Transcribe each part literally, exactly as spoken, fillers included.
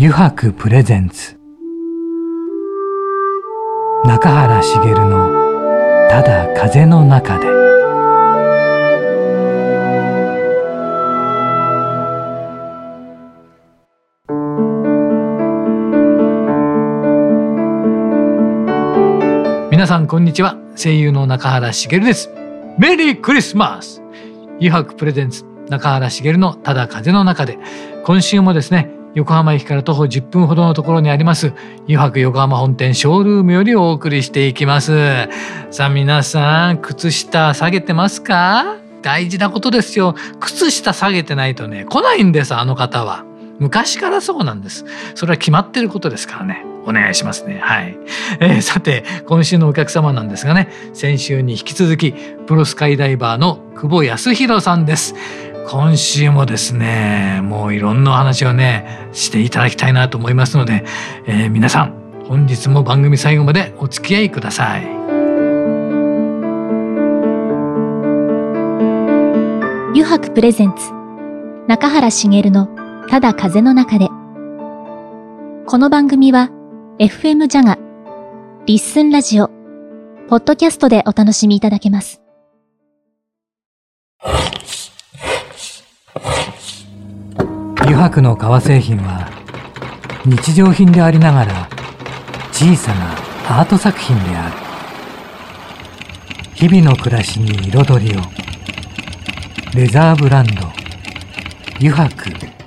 油白プレゼンツ中原茂のただ風の中で。皆さんこんにちは、声優の中原茂です。メリークリスマス。油白プレゼンツ中原茂のただ風の中で、今週もですね、横浜駅から徒歩じゅっぷんほどのところにあります油白横浜本店ショールームよりお送りしていきます。さあ皆さん、靴下下げてますか？大事なことですよ。靴下下げてないとね、来ないんです。あの方は昔からそうなんです。それは決まってることですからね。お願いしますね。はい、えー、さて今週のお客様なんですがね、先週に引き続きプロスカイダイバーの久保康弘さんです。今週もですね、もういろんなお話をねしていただきたいなと思いますので、えー、皆さん本日も番組最後までお付き合いください。 油白プレゼンツ中原茂のただ風の中で。この番組は エフエム ジャガ、リッスンラジオ、ポッドキャストでお楽しみいただけます。 油白の革製品は日常品でありながら小さなアート作品である。日々の暮らしに彩りを。レザーブランド油白。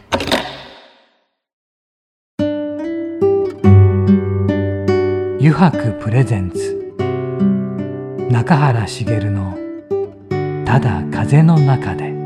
油白プレゼンツ中原茂のただ風の中で。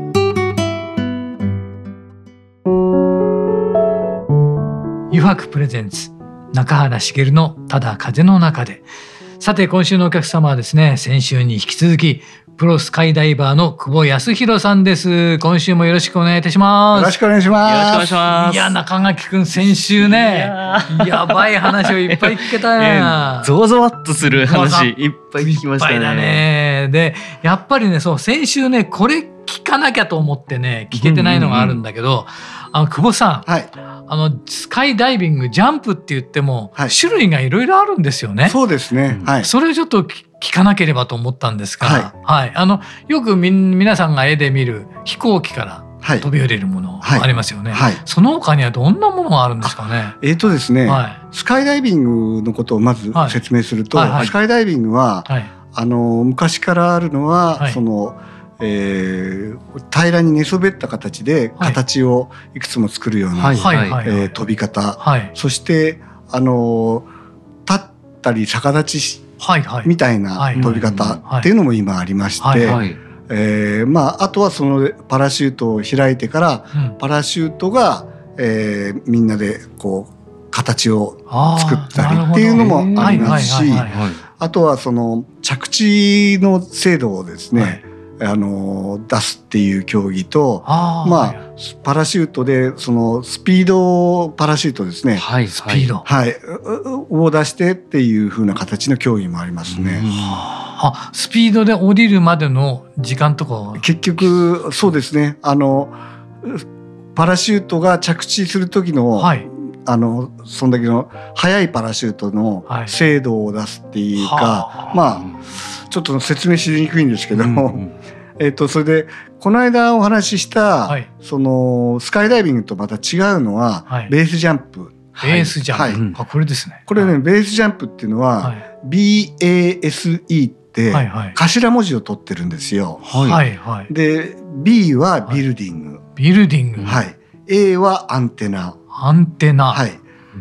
油白プレゼンツ中原茂のただ風の中で。さて今週のお客様はですね、先週に引き続きプロスカイダイバーの久保康弘さんです。今週もよろしくお願いいたします。 よろしくお願いします。 よろしくお願いします。 いや、中垣くん先週ね、やばい話をいっぱい聞けたな。 ゾワゾワっとする話いっぱい聞きましたね。いっぱいだね。 で、やっぱりね、そう先週ね、これ聞かなきゃと思ってね、聞けてないのがあるんだけど、うんうんうん、あの久保さん、はい、あのスカイダイビングジャンプって言っても、はい、種類がいろいろあるんですよね。 そうですね、はい、 それをちょっと聞かなければと思ったんですが、はいはい、あのよくみ皆さんが絵で見る飛行機から飛び降りるものありますよね、はいはい、その他にはどんなものがあるんですかね。 えーとですね、はい、スカイダイビングのことをまず説明すると、はいはいはい、スカイダイビングは、はい、あの昔からあるのは、はい、そのえー、平らに寝そべった形で形をいくつも作るような、はいえー、飛び方、はい、そしてあの立ったり逆立ちし、はいはい、みたいな飛び方っていうのも今ありまして、はいはいえーまあ、あとはそのパラシュートを開いてから、うん、パラシュートが、えー、みんなでこう形を作ったりっていうのもありますし、あとはその着地の精度をですね、はいあの出すっていう競技と、あまあパラシュートでそのスピードパラシュートですね、 はい、スピード、 はい、を出してっていう風な形の競技もありますね。 あ、スピードで降りるまでの時間とか結局そうですね、あのパラシュートが着地する時の、はい、あのそんだけの速いパラシュートの精度を出すっていうか、はい、まあちょっと説明しにくいんですけども、うんうんえー、とそれでこの間お話しした、はい、そのスカイダイビングとまた違うのは、はい、ベースジャンプ。 ベースジャンプ、はい、あこれですね。 これね、はい、ベースジャンプっていうのは、はい、ビーエーエスイー って頭文字を取ってるんですよ。はいはい、で B はビルディング、はい、 ビルディング、 はい、A はアンテナ、 アンテナ、 はい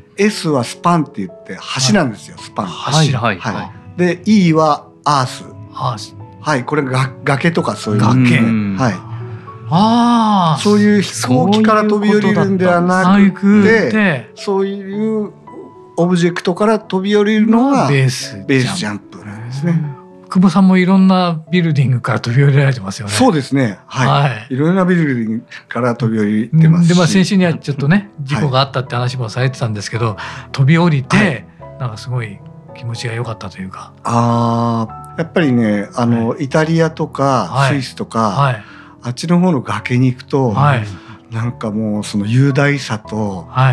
、S はスパンって言って橋なんですよ、はい、スパン、 柱、はいはいはい、 で E はアース、 アース、 はい、これが崖とかそういう崖、 はい、 ああ、 そういう飛行機から飛び降りるんではなくて、そういうオブジェクトから飛び降りるのがベース、ベースジャンプなんですね。 久保さんもいろんなビルディングから飛び降りられてますよね。 そうですね、はい、はい、いろんなビルディングから飛び降りてますし、 で、まあ、先週にはちょっとね事故があったって話もされてたんですけど、はい、飛び降りて、はい、なんかすごい気持ちが良かったというか。 あやっぱりね、あの、はい、イタリアとかスイスとか、はい、あっちの方の崖に行くと、はい、なんかもうその雄大さと、はい、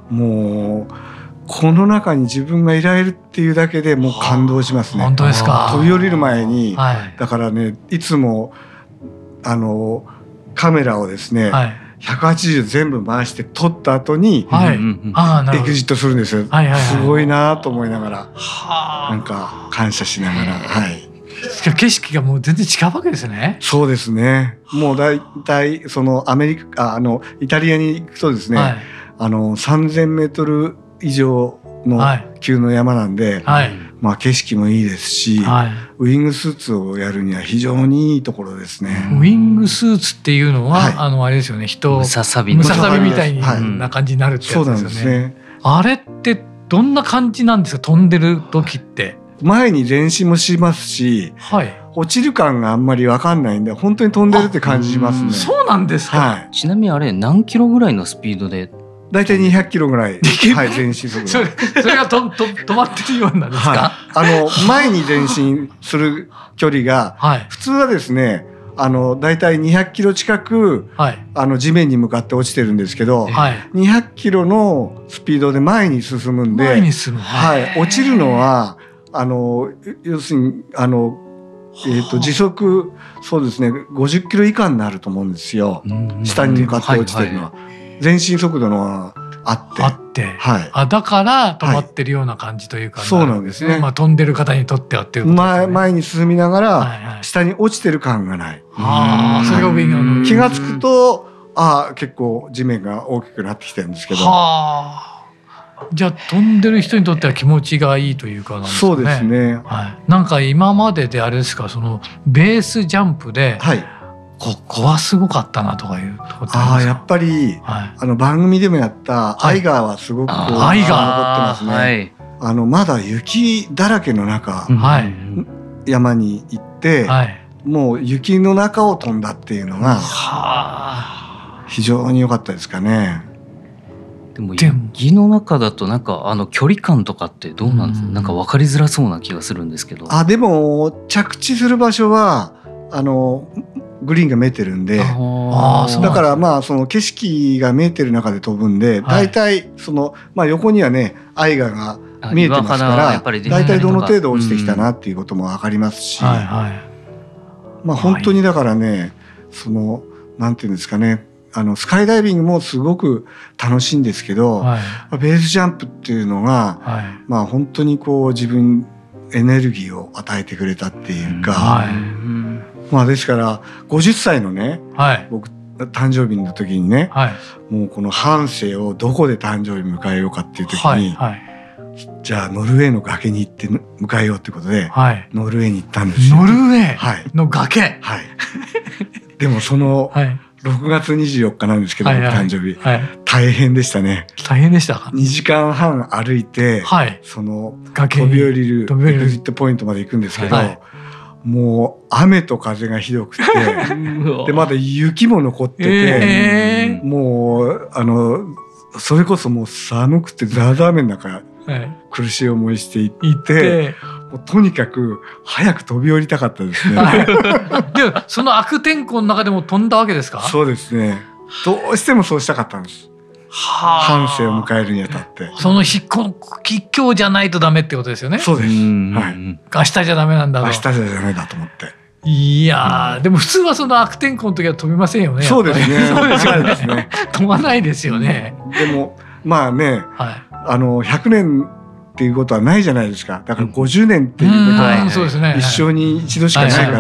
もうこの中に自分がいられるっていうだけでもう感動しますね。 本当ですか。 飛び降りる前に、 はい、 だからねいつもあのカメラをですね、はい、ひゃくはちじゅう全部回して撮った後に、はい、エキジットするんですよ、はいはいはい、すごいなと思いながら、はなんか感謝しながら、はい、 景色がもう全然違うわけですね。 そうですね。もうだいたいそのアメリカああのイタリアに行くとですね、はい、あのさんぜんメートル以上の級の山なんで、はい、まあ景色もいいですし、はい、ウィングスーツをやるには非常にいいところですね。 ウィングスーツっていうのは、はい、あのあれですよね、人ムササビムササビみたいな感じになるってやつですよね。そうなんですね。あれってどんな感じなんですか、飛んでる時って。 前に前進もしますし、はい、落ちる感があんまり分かんないんで本当に飛んでるって感じしますね。 そうなんですか、 はい、 ちなみにあれ何キロぐらいのスピードで。 だいたいにひゃくキロぐらい、はい、前進速度。 それ、それがとと止まってるようなんですか、はい、 あの前に前進する距離が、はい、普通はですねあのだいたいにひゃくキロ近く、はい、あの地面に向かって落ちてるんですけど、はい、にひゃくキロのスピードで前に進むんで、 前に進む、 はい、落ちるのはあの要するにあの、えー、と時速そうですねごじゅっキロ以下になると思うんですよ、下に向かって落ちてるのは。はいはい、前進速度のはあってあって、 はい、 あだから止まってるような感じというか、 はい、そうなんですね。 まあ、飛んでる方にとってはっていうことですね。 前, 前に進みながら、はいはい、下に落ちてる感がない。 あ、それがウィング。 気がつくとあ結構地面が大きくなってきてるんですけど。はじゃあ飛んでる人にとっては気持ちがいいというかなんですかね。 そうですね、 はい、なんか今までであれですか、そのベースジャンプで、はい、ここはすごかったなとかいうところってありますか。 あやっぱり、はい、あの番組でもやったアイガーはすごくこう、はい、残ってますね。はい、あのまだ雪だらけの中、はい、山に行って、はい、もう雪の中を飛んだっていうのが非常に良かったですかね。 でも雪の中だとなんかあの距離感とかってどうなんですか。なんか分かりづらそうな気がするんですけど。 あでも着地する場所はあのグリーンが見えてるんで、あだからまあその景色が見えてる中で飛ぶんで、だいたいそのまあ横にはねアイガーが見えてますからだいたいどの程度落ちてきたなっていうことも分かりますし、はいはい、まあ本当にだからねそのなんていうんですかね、あのスカイダイビングもすごく楽しいんですけど、はい、ベースジャンプっていうのが、はい、まあ本当にこう自分エネルギーを与えてくれたっていうか、はい、まあですからごじゅっさいのね、はい、僕誕生日の時にね、はい、もうこの半生をどこで誕生日迎えようかっていう時に、はいはい、じゃあノルウェーの崖に行って迎えようってことで、はい、ノルウェーに行ったんですよ。 ノルウェーの崖、はいはい、でもその、はいろくがつにじゅうよっかなんですけど、はいはい、誕生日、はい、大変でしたね。 大変でしたか。 にじかんはん歩いて、はい、その飛び降りるエグジットポイントまで行くんですけど、はい、もう雨と風がひどくてでまだ雪も残ってて、えー、もうあのそれこそもう寒くてザーザー雨の中、はい、苦しい思いしていってもうとにかく早く飛び降りたかったですね。 でその悪天候の中でも飛んだわけですか。 そうですね、どうしてもそうしたかったんです。半生を迎えるにあたってその日今日じゃないとダメってことですよね。 そうです、はい、 明日じゃダメなんだと。 明日じゃダメだと思って、 いやー、うん、でも普通はその悪天候の時は飛びませんよね。 そうですね。 そうですよね。飛ばないですよね。 でもまあね、はい、あのひゃくねんっていうことはないじゃないですか。だからごじゅうねんっていうことは一生に一度しかないから、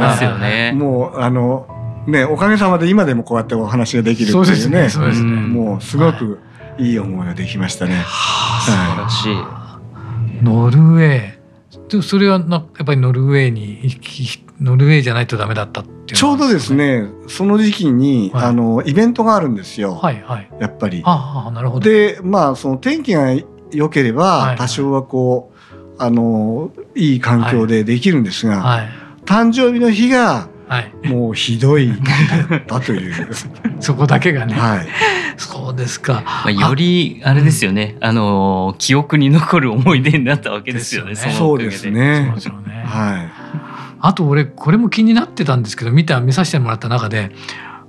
もうあのねおかげさまで今でもこうやってお話ができるっていうね、そうですね、もうすごくいい思いができましたね。 素晴らしい。 ノルウェー、それはなやっぱりノルウェーにノルウェーじゃないとダメだったっていう、ね、 ちょうどですねその時期に、はい、あのイベントがあるんですよ、はいはい、やっぱり。 ああ、なるほど。 でまあその天気が良ければ多少はこう、はい、あのいい環境でできるんですが、はいはい、誕生日の日がもうひどいだというそこだけがね、 はい、 そうですか。 まあ、よりあれですよね、うん、あの記憶に残る思い出になったわけですよね。 そうですね。 そうですね。はい。あと俺これも気になってたんですけど見た見させてもらった中で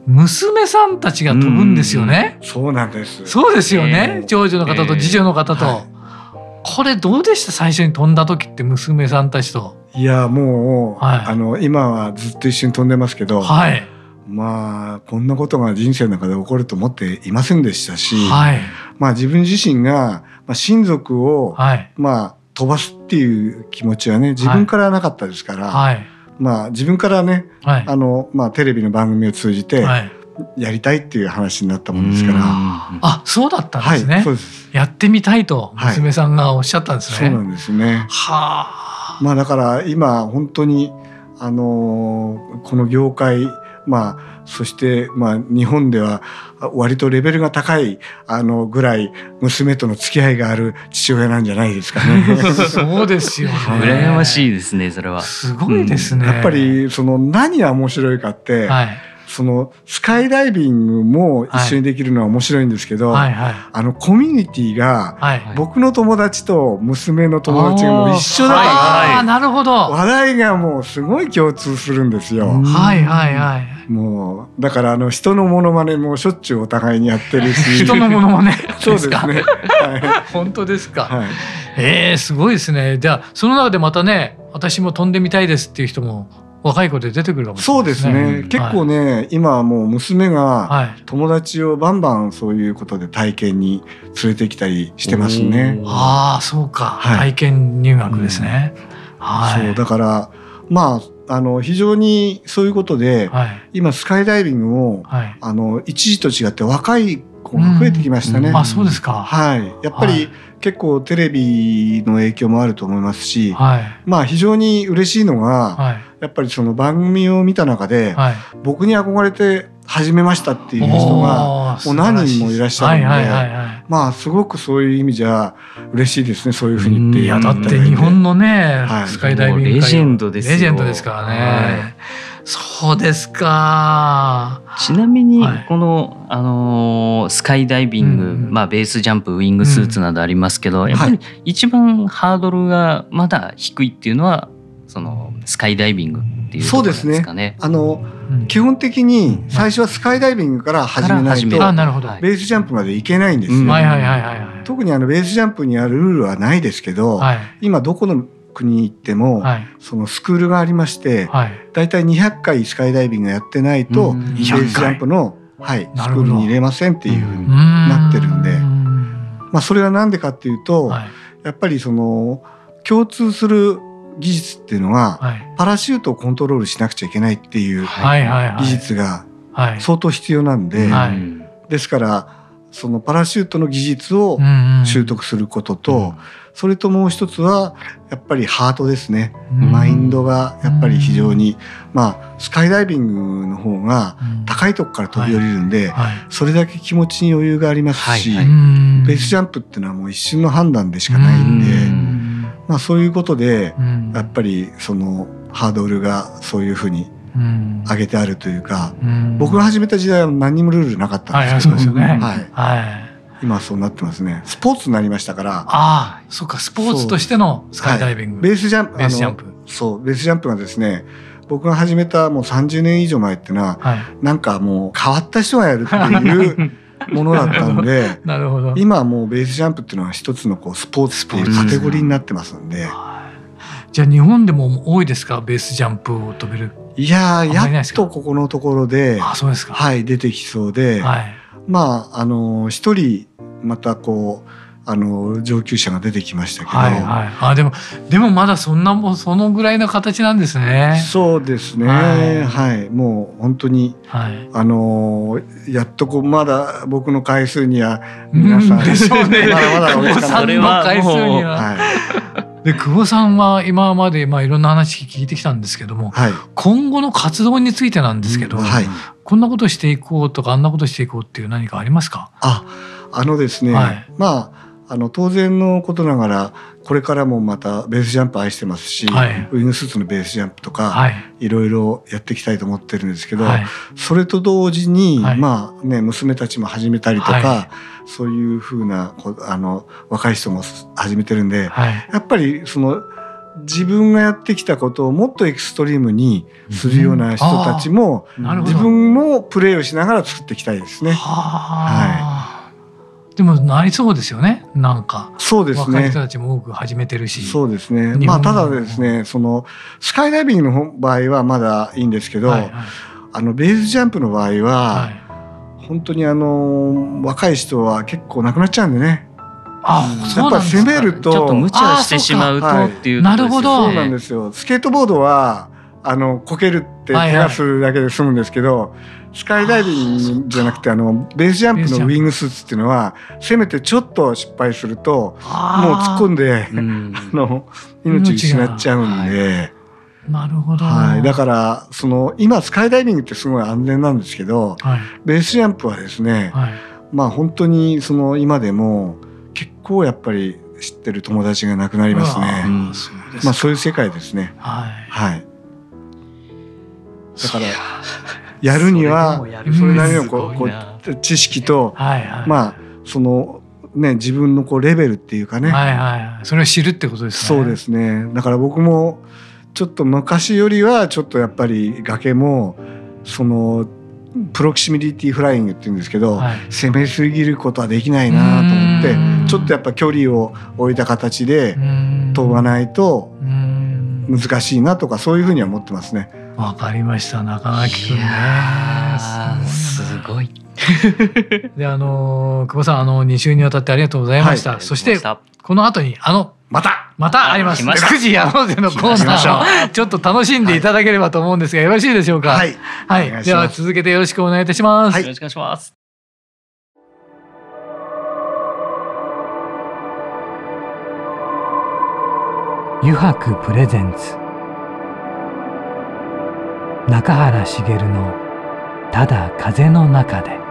娘さんたちが飛ぶんですよね。 そうなんです。 そうですよね、えー、長女の方と次女の方と、えーはい、これどうでした？最初に飛んだ時って娘さんたちと。 いやもう、はい、あの今はずっと一緒に飛んでますけど、はい、まあこんなことが人生の中で起こると思っていませんでしたし、はい、まあ自分自身が、まあ、親族を、はい、まあ飛ばすっていう気持ちはね自分からなかったですから、はい、まあ自分からね、はい、あのまあテレビの番組を通じて、はいやりたいっていう話になったもんですから。 あ、そうだったんですね。 はい、そうです。 やってみたいと娘さんがおっしゃったんですね。 はい、そうなんですね。はあ。まあだから今本当にあのー、この業界まあそしてまあ日本では割とレベルが高いあのぐらい娘との付き合いがある父親なんじゃないですかね。 そうですよね。 羨ましいですねそれは。 すごいですね。 うん、やっぱりその何が面白いかって。はいそのスカイダイビングも一緒にできるのは面白いんですけど、はいはいはい、あのコミュニティが僕の友達と娘の友達がもう一緒だから、 はいはい、なるほど話題がもうすごい共通するんですよ。 はいはいはい。 もうだからあの人のモノマネもしょっちゅうお互いにやってるし人のモノマネそうですね、はい、 本当ですか、はい、えー、すごいですね。じゃあその中でまたね私も飛んでみたいですっていう人も若い子で出てくるかもしれないですね。 そうですね。結構ね、はい、今はもう娘が友達をバンバンそういうことで体験に連れてきたりしてますね。 ああ、そうか、はい、体験入学ですね。 うんはい、そうだからまああの非常にそういうことで、はい、今スカイダイビングを、はい、あの一時と違って若い子が増えてきましたね。 うん、あ、そうですか。 はい。やっぱり、はい結構テレビの影響もあると思いますし、はい、まあ非常に嬉しいのが、はい、やっぱりその番組を見た中で、はい、僕に憧れて始めましたっていう人がもう何人もいらっしゃるので、まあすごくそういう意味じゃ嬉しいですね。そういうふうに言っていやだって日本のね、はい、スカイダイビングレジェンドですよ。 レジェンドですからね。はいそうですか。 ちなみにこの、はいあのー、スカイダイビング、うんまあ、ベースジャンプウィングスーツなどありますけど、うん、やっぱり一番ハードルがまだ低いっていうのはそのスカイダイビングっていうところですかね。そうですね。 あの、うん、基本的に最初はスカイダイビングから始めないとベースジャンプまでいけないんですよ。特にあのベースジャンプにあるルールはないですけど、はい、今どこの国に行っても、はい、そのスクールがありまして、はい、だいたいにひゃっかいスカイダイビングやってないとベースジャンプの、はい、スクールに入れませんっていうふうになってるんで、まあ、それはなんでかっていうと、はい、やっぱりその共通する技術っていうのは、はい、パラシュートをコントロールしなくちゃいけないっていう技術が相当必要なんで、はいはい、ですからそのパラシュートの技術を習得することと、うんうんそれともう一つはやっぱりハートですね。マインドがやっぱり非常にまあスカイダイビングの方が高いとこから飛び降りるんで、それだけ気持ちに余裕がありますし、ベースジャンプっていうのはもう一瞬の判断でしかないんで、まあそういうことでやっぱりそのハードルがそういうふうに上げてあるというか、僕が始めた時代は何にもルールなかったんですけど、はい今はそうなってますね。スポーツになりましたから。ああ、そうか、スポーツとしてのスカイダイビング。 はい、ベースジャンプ、ベースジャンプ。そう、ベースジャンプがですね、僕が始めたもうさんじゅうねん以上前っていうのは、はい、なんかもう変わった人がやるっていうものだったんで、 なるほど。 今はもうベースジャンプっていうのは一つのこうスポーツっていうカテゴリーになってますんで。 じゃあ日本でも多いですか、ベースジャンプを飛べる。 いややっとここのところで、 あ、そうですか。 はい、出てきそうで、はい、まああの一人またこうあの上級者が出てきましたけど、はいはい、 あでもでもまだそんなもそのぐらいの形なんですね。 そうですね、はいはい、もう本当に、はい、あのやっとこうまだ僕の回数には皆さん、うん、でしょうねまだまだ久保さんの回数には、はい、で久保さんは今までまあいろんな話聞いてきたんですけども、はい、今後の活動についてなんですけど、うんはい、こんなことしていこうとかあんなことしていこうっていう何かありますか？ ああのですね、はい、まああの当然のことながらこれからもまたベースジャンプ愛してますし、はい、ウィングスーツのベースジャンプとか、はい、いろいろやっていきたいと思ってるんですけど、はい、それと同時に、はい、まあね娘たちも始めたりとか、はい、そういうふうなあの若い人も始めてるんで、はい、やっぱりその自分がやってきたことをもっとエクストリームにするような人たちも、うん、自分もプレーをしながら作っていきたいですね。 はい、でもなりそうですよね。なんかそうですね、 若い人たちも多く始めてるし。 そうですね。まあただですね、そのスカイダイビングの場合はまだいいんですけど、はいはい、あのベースジャンプの場合は、はい、本当にあの若い人は結構なくなっちゃうんでね。 あ、 やっぱり攻めるとちょっと無茶してしまうとっていう、 なるほど。 そうなんですよ。スケートボードはあのこけるって怪我するだけで済むんですけど、はいはい、スカイダイビングじゃなくてあのベースジャンプのウィングスーツっていうのはせめてちょっと失敗するともう突っ込んで、うん、あの命失っちゃうんで。 なるほど、 はい、だからその今スカイダイビングってすごい安全なんですけど、はい、ベースジャンプはですね、はい、まあ本当にその今でも結構やっぱり知ってる友達が亡くなりますね。うん、そうですか。まあそういう世界ですね。はい。はい。だからやるにはそれなりのこう、こう知識と、はいはい、まあそのね自分のこうレベルっていうかね。 はいはい。それを知るってことですね。 そうですね。だから僕もちょっと昔よりはちょっとやっぱり崖もそのプロキシミリティフライングって言うんですけど、はい、攻めすぎることはできないなと思ってちょっとやっぱ距離を置いた形で飛ばないと難しいなとかそういうふうには思ってますね。 わかりました。中垣君ね、 すごい。 であの久保さんあのに週にわたってありがとうございました。はい、そしてこの後にあのまたまたあります。くじやろうぜのコーナーをちょっと楽しんでいただければと思うんですが、よろしいでしょうか。はい、はい、では続けてよろしくお願いいたします。 はい、よろしくお願いします。 油白プレゼンツ中原茂のただ風の中で。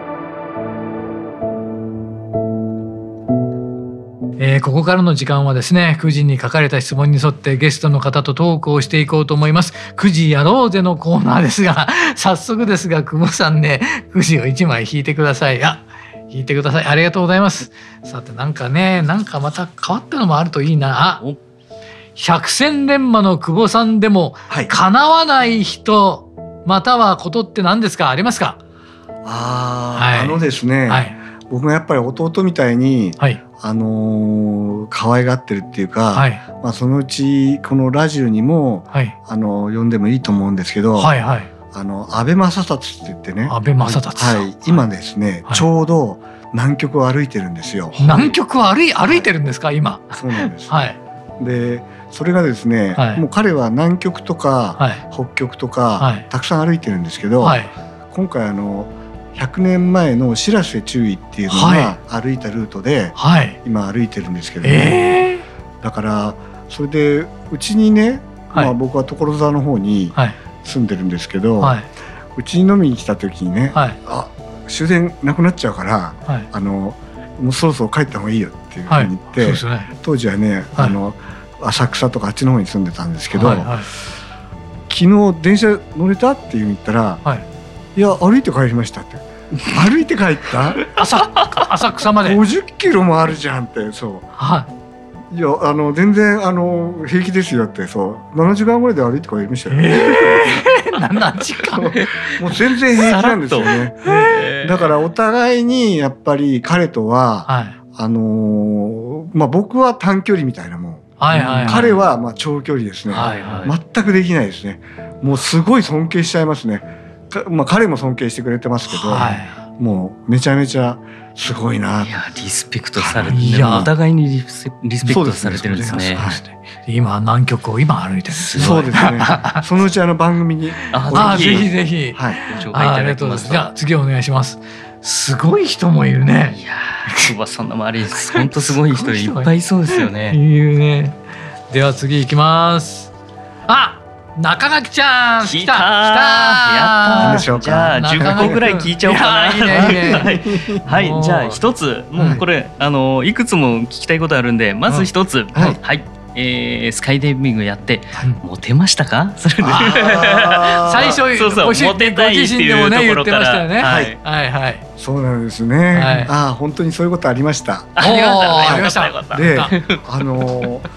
えー、ここからの時間はですね、くじに書かれた質問に沿ってゲストの方とトークをしていこうと思います。くじやろうぜのコーナーですが、早速ですが久保さんね、くじをいちまい引いてください。あ、引いてください。ありがとうございます。さてなんかね、なんかまた変わったのもあるといいな。あ、百戦錬磨の久保さんでも叶わない人、はい、またはことって何ですか、ありますか？ あ、はい、あのですね、はい、僕がやっぱり弟みたいに、はい、あのー、可愛がってるっていうか、はい、まあ、そのうちこのラジオにも、はい、あの呼んでもいいと思うんですけど、はいはい、あの安倍正達って言ってね、 安倍正達さん、 はい、今ですね、はい、ちょうど南極を歩いてるんですよ。 南極を歩い歩いてるんですか、今。 そうなんです。はい。でそれがですね、はい、もう彼は南極とか、はい、北極とか、はい、たくさん歩いてるんですけど、はい、今回あのひゃくねんまえの白瀬注意っていうのが歩いたルートで、はい、今歩いてるんですけどね、えー、だからそれでうちにね、はい、まあ、僕は所沢の方に住んでるんですけど、はい、うちに飲みに来た時にね、はい、あ、終電なくなっちゃうから、はい、あのもうそろそろ帰った方がいいよっていうふうに言って、はい、そうですね、当時はね、はい、あの浅草とかあっちの方に住んでたんですけど、はいはい、昨日電車乗れたって言ったら、はい、いや歩いて帰りましたって歩いて帰った浅, 浅草までごじゅっキロもあるじゃんって。そう、はい、いやあの全然あの平気ですよって。そうななじかんぐらいで歩いて帰りましたよ、 えー、ななじかんもう全然平気なんですよね、えー、だからお互いにやっぱり彼とは、はい、あのーまあ、僕は短距離みたいなもん、はいはいはい、彼はまあ長距離ですね、はいはい、全くできないですね。もうすごい尊敬しちゃいますね。まあ、彼も尊敬してくれてますけど、はい、もうめちゃめちゃすごいな。 いやリスペクトされて、ね、お互いにリス、リスペクトされてるんですね。 今南極を今歩いてるんです。 そうですね。そのうちあの番組にあぜひぜひ、はい、ご紹介いただきます。じゃあ次お願いします。すごい人もいるね。 いや久保さんの周り本当すごい人いっぱいいそうですよね。 いうね。では次いきます。あ、中垣ちゃん来た来た。やった。じゃあじゅっこぐらい聞いちゃおうかな。いいねいいね。はい、じゃあ一つ、もうこれあのいくつも聞きたいことあるんで、まず一つ、はいはい、えー、スカイダイビングやってモテましたか？それで最初そうそうモテたいっていうところからはいはいはい、そうなんですね、はい、あ本当にそういうことありました。 ありましたありました。 であの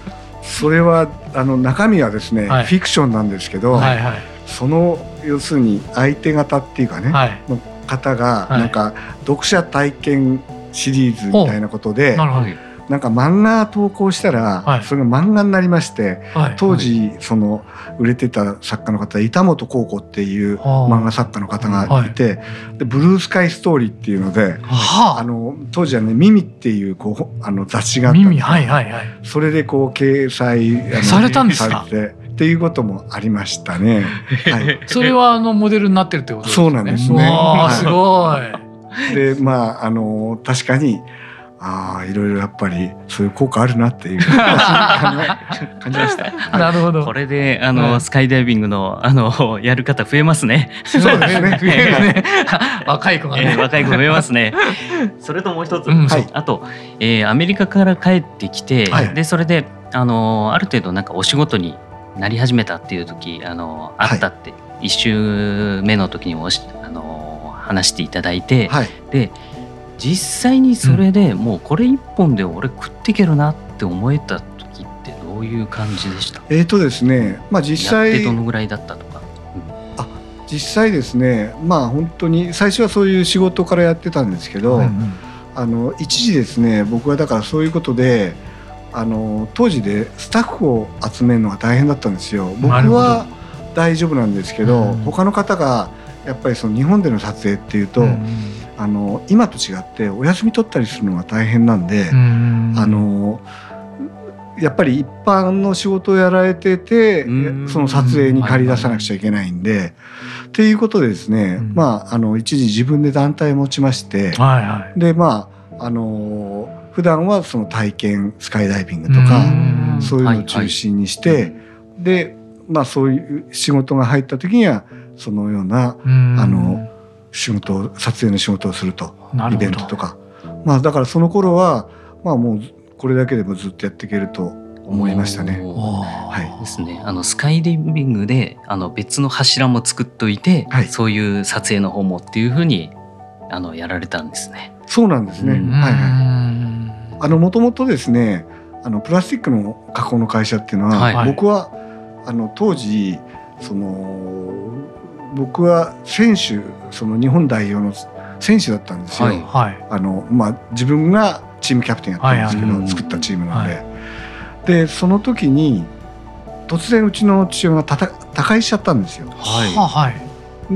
それはあの中身はですね、 はい、 フィクションなんですけど、はいはい、その要するに相手方っていうかね、はい、の方がなんか読者体験シリーズみたいなことで、なるほど、なんか漫画投稿したら、はい、それが漫画になりまして、はい、当時その売れてた作家の方、板本幸子っていう漫画作家の方がいて、はい、でブルースカイストーリーっていうので、はあ、あの当時はねミミっていうこうあの雑誌があったんです、はいはいはい、それでこう掲載されたんですかっていうこともありましたね、 はい、それはあのモデルになってるってことですね。 そうなんですね。 わーすごい。 でまああの確かにああいろいろやっぱりそういう効果あるなっていう感じました。 なるほど。 これであの、はい、スカイダイビングのあのやる方増えますね。 そうですね。増えるね。 若い子がね、 えー、若い子増えますね。それともう一つ、うんはい、あと、えー、アメリカから帰ってきて、はい、でそれであのある程度なんかお仕事になり始めたっていう時あのあったって一、はい、週目の時にもあの話していただいて、はい、で。実際にそれでもうこれ一本で俺食っていけるなって思えた時ってどういう感じでした？ えーとですね、まあ実際やってどのぐらいだったとか、 うん、あ実際ですね、まあ本当に最初はそういう仕事からやってたんですけど、うんうん、あの一時ですね僕はだからそういうことであの当時でスタッフを集めるのが大変だったんですよ。僕は大丈夫なんですけど、うん、他の方がやっぱりその日本での撮影っていうと、うん、あの今と違ってお休み取ったりするのが大変なんで、うん、あのやっぱり一般の仕事をやられてて、うん、その撮影に借り出さなくちゃいけないんで、はいはい、っていうことでですね、うん、まああの一時自分で団体を持ちまして、はいはい、でまああの普段はその体験スカイダイビングとか、うん、そういうのを中心にして、はいはい、でまあそういう仕事が入った時にはそのような、うん、あの仕事を撮影の仕事をするとイベントとか、まあだからその頃はまあもうこれだけでもずっとやっていけると思いましたね。 はい、ですね。あのスカイダイビングであの別の柱も作っといて、はい、そういう撮影の方もっていうふうにあのやられたんですね。 そうなんですね。はいはい。あのもともとですね、あのプラスチックの加工の会社っていうのは、はい、僕はあの当時その僕は選手その日本代表の選手だったんですよ。はい、あのまあ自分がチームキャプテンやったんですけど、はいはい、作ったチームなんで、はい、でその時に突然うちの父親が他界しちゃったんですよ。はい、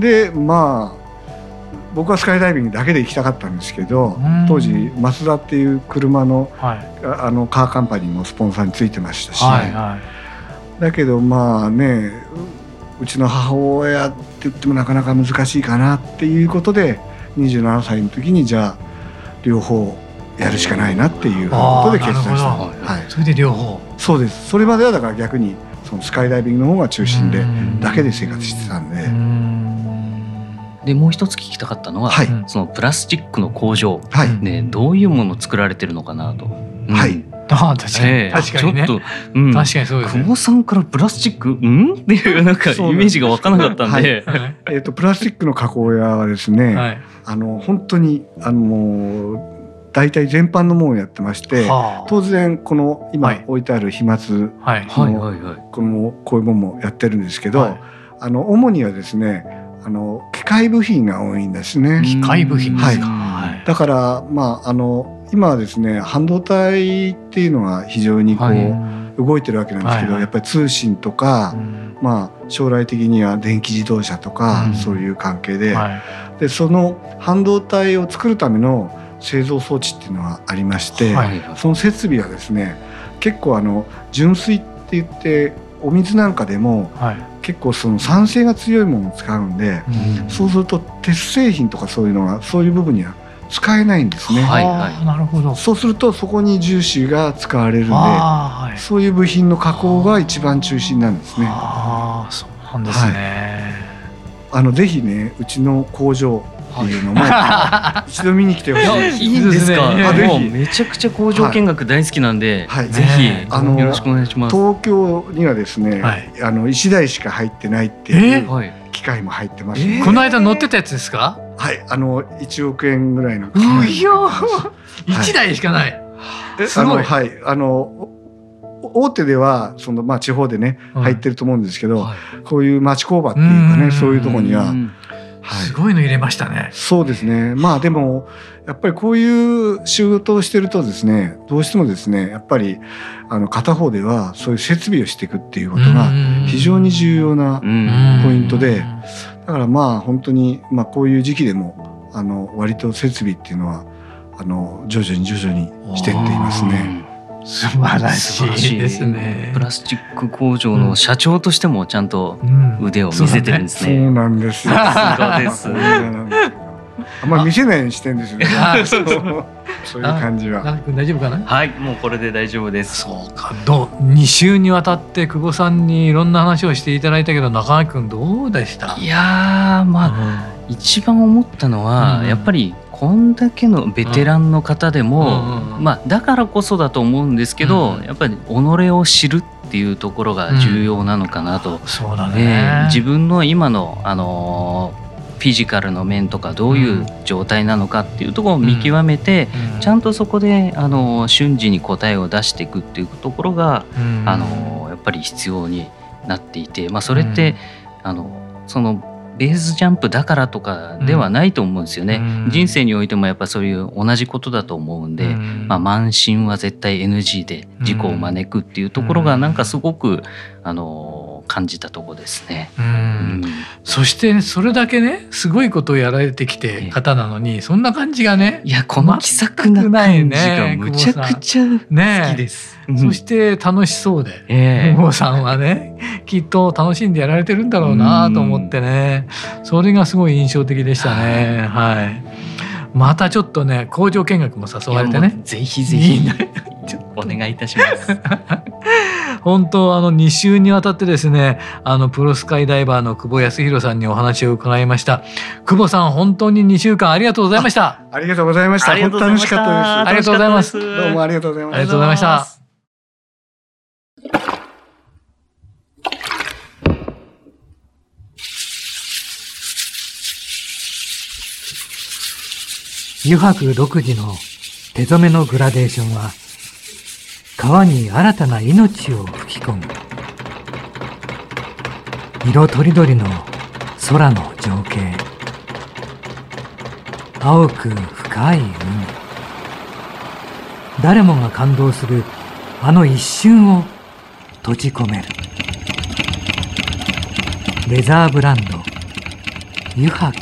でまあ僕はスカイダイビングだけで行きたかったんですけど、当時マツダっていう車の、はい、あのカーカンパニーもスポンサーについてましたし、はいはい、だけどまあねうちの母親って言ってもなかなか難しいかなっていうことでにじゅうななさいの時にじゃあ両方やるしかないなっていうことで決断した。はい、 それで両方。 そうです。それまではだから逆にそのスカイダイビングの方が中心でだけで生活してたんで。 でもう一つ聞きたかったのは、はい、そのプラスチックの工場、はい、ね、どういうものを作られてるのかなと。 うん、はい。 ああ確かに、えー、確かにね。ちょっと、うん、確かにそうですね。 久保さんからプラスチックんっていうなんかイメージが分からなかったんで、はい、 えっとプラスチックの加工屋はですね、はい、あの本当にあの大体全般のものをやってまして、はあ、当然この今置いてある飛沫のこのこういうものもやってるんですけど、はい、あの主にはですねあの機械部品が多いんですね。 機械部品ですか。 はい、だからまああの今はですね半導体っていうのが非常にこう、はい、動いてるわけなんですけど、はい、やっぱり通信とか、うん、まあ将来的には電気自動車とか、うん、そういう関係で、はい、でその半導体を作るための製造装置っていうのがありまして、はい、その設備はですね結構あの純水って言ってお水なんかでも、はい、結構その酸性が強いものを使うんで、うん、そうすると鉄製品とかそういうのがそういう部分には使えないんですね。 はいはい、なるほど。 そうするとそこに重視が使われるんで、はい、そういう部品の加工が一番中心なんですね。 ああ、そうなんですね。 はい、あのぜひねうちの工場っていうのも一度見に来てほしいです。 いいんですか。あ、ぜひ。めちゃくちゃ工場見学大好きなんで、はい、ぜひあのよろしくお願いします。 東京にはですね、はい、あのいちだいしか入ってないっていう機械も入ってます、ね。 えー、この間乗ってたやつですか？ はい、あのいちおくえんぐらいの。 いや、いちだいしかない。 すごい。はい、あの大手ではそのまあ地方でね、はい、入ってると思うんですけど、はい、こういう町工場っていうかね、そういうところには、はい、 すごいの入れましたね。 そうですね。まあでもやっぱりこういう仕事をしてるとですね、どうしてもですね、やっぱりあの片方ではそういう設備をしていくっていうことが非常に重要なポイントで、だからまあ本当にまあこういう時期でもあの割と設備っていうのはあの徐々に徐々にしていっていますね。 素晴らしいですね。 プラスチック工場の社長としてもちゃんと腕を見せてるんですね。 そうなんですよ。 さすがです。 あんまり見せないようにしてるんですよね。そういう感じは。 中君大丈夫かな？ はい、もうこれで大丈夫です。 そうか。どうに週にわたって久保さんにいろんな話をしていただいたけど、中垣君どうでした？ いやー、まあ、うん、一番思ったのは、うん、やっぱりこんだけのベテランの方でも、うん、まあだからこそだと思うんですけど、うん、やっぱり己を知るっていうところが重要なのかなと。 うん、そうだね。 自分の今のあのーフィジカルの面とかどういう状態なのかっていうところを見極めて、うん、ちゃんとそこであの瞬時に答えを出していくっていうところが、うん、あのやっぱり必要になっていて、まあ、それって、うん、あのそのベースジャンプだからとかではないと思うんですよね。うん、人生においてもやっぱそういう同じことだと思うんで、うん、まあ、慢心は絶対 エヌジー で事故を招くっていうところがなんかすごくあの感じたところですね。 うんうん、そしてそれだけねすごいことをやられてきて方なのに、そんな感じがね、 いやこの気さくな感じがむちゃくちゃ好きです。 ね、そして楽しそうで、えー、久保さんはねきっと楽しんでやられてるんだろうなと思ってね、それがすごい印象的でしたね。はい、またちょっとね工場見学も誘われてね、 ぜひぜひお願いいたします本当あのに週にわたってですね、あのプロスカイダイバーの久保康弘さんにお話を伺いました。久保さん本当ににしゅうかんありがとうございました。 あ, ありがとうございました。本当楽しかったです。 ありがとうございます。 どうもありがとうございました。 ありがとうございました。油白独自の手染めのグラデーションは川に新たな命を吹き込む。色とりどりの空の情景、青く深い海、誰もが感動するあの一瞬を閉じ込める。レザーブランド油白。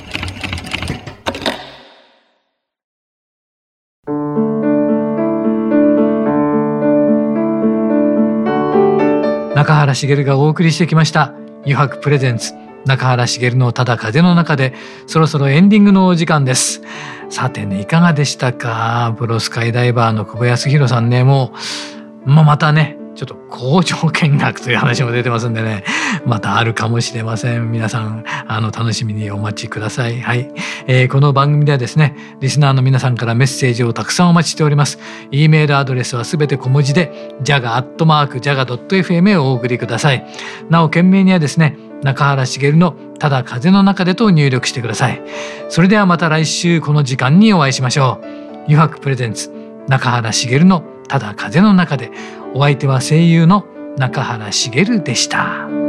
中原茂がお送りしてきました油白プレゼンツ中原茂のただ風の中で、そろそろエンディングのお時間です。さてね、いかがでしたか？プロスカイダイバーの久保康弘さんね、もう、まあ、またねちょっと工場見学という話も出てますんでね、またあるかもしれません。皆さんあの楽しみにお待ちください。はい、えー、この番組ではですね、リスナーの皆さんからメッセージをたくさんお待ちしております。 E メールアドレスはすべて小文字で ジャガ アットマーク ジャガ ドット エフエム へお送りください。なお件名にはですね、中原茂のただ風の中でと入力してください。それではまた来週この時間にお会いしましょう。油白プレゼンツ中原茂のただ風の中で、お相手は声優の中原茂でした。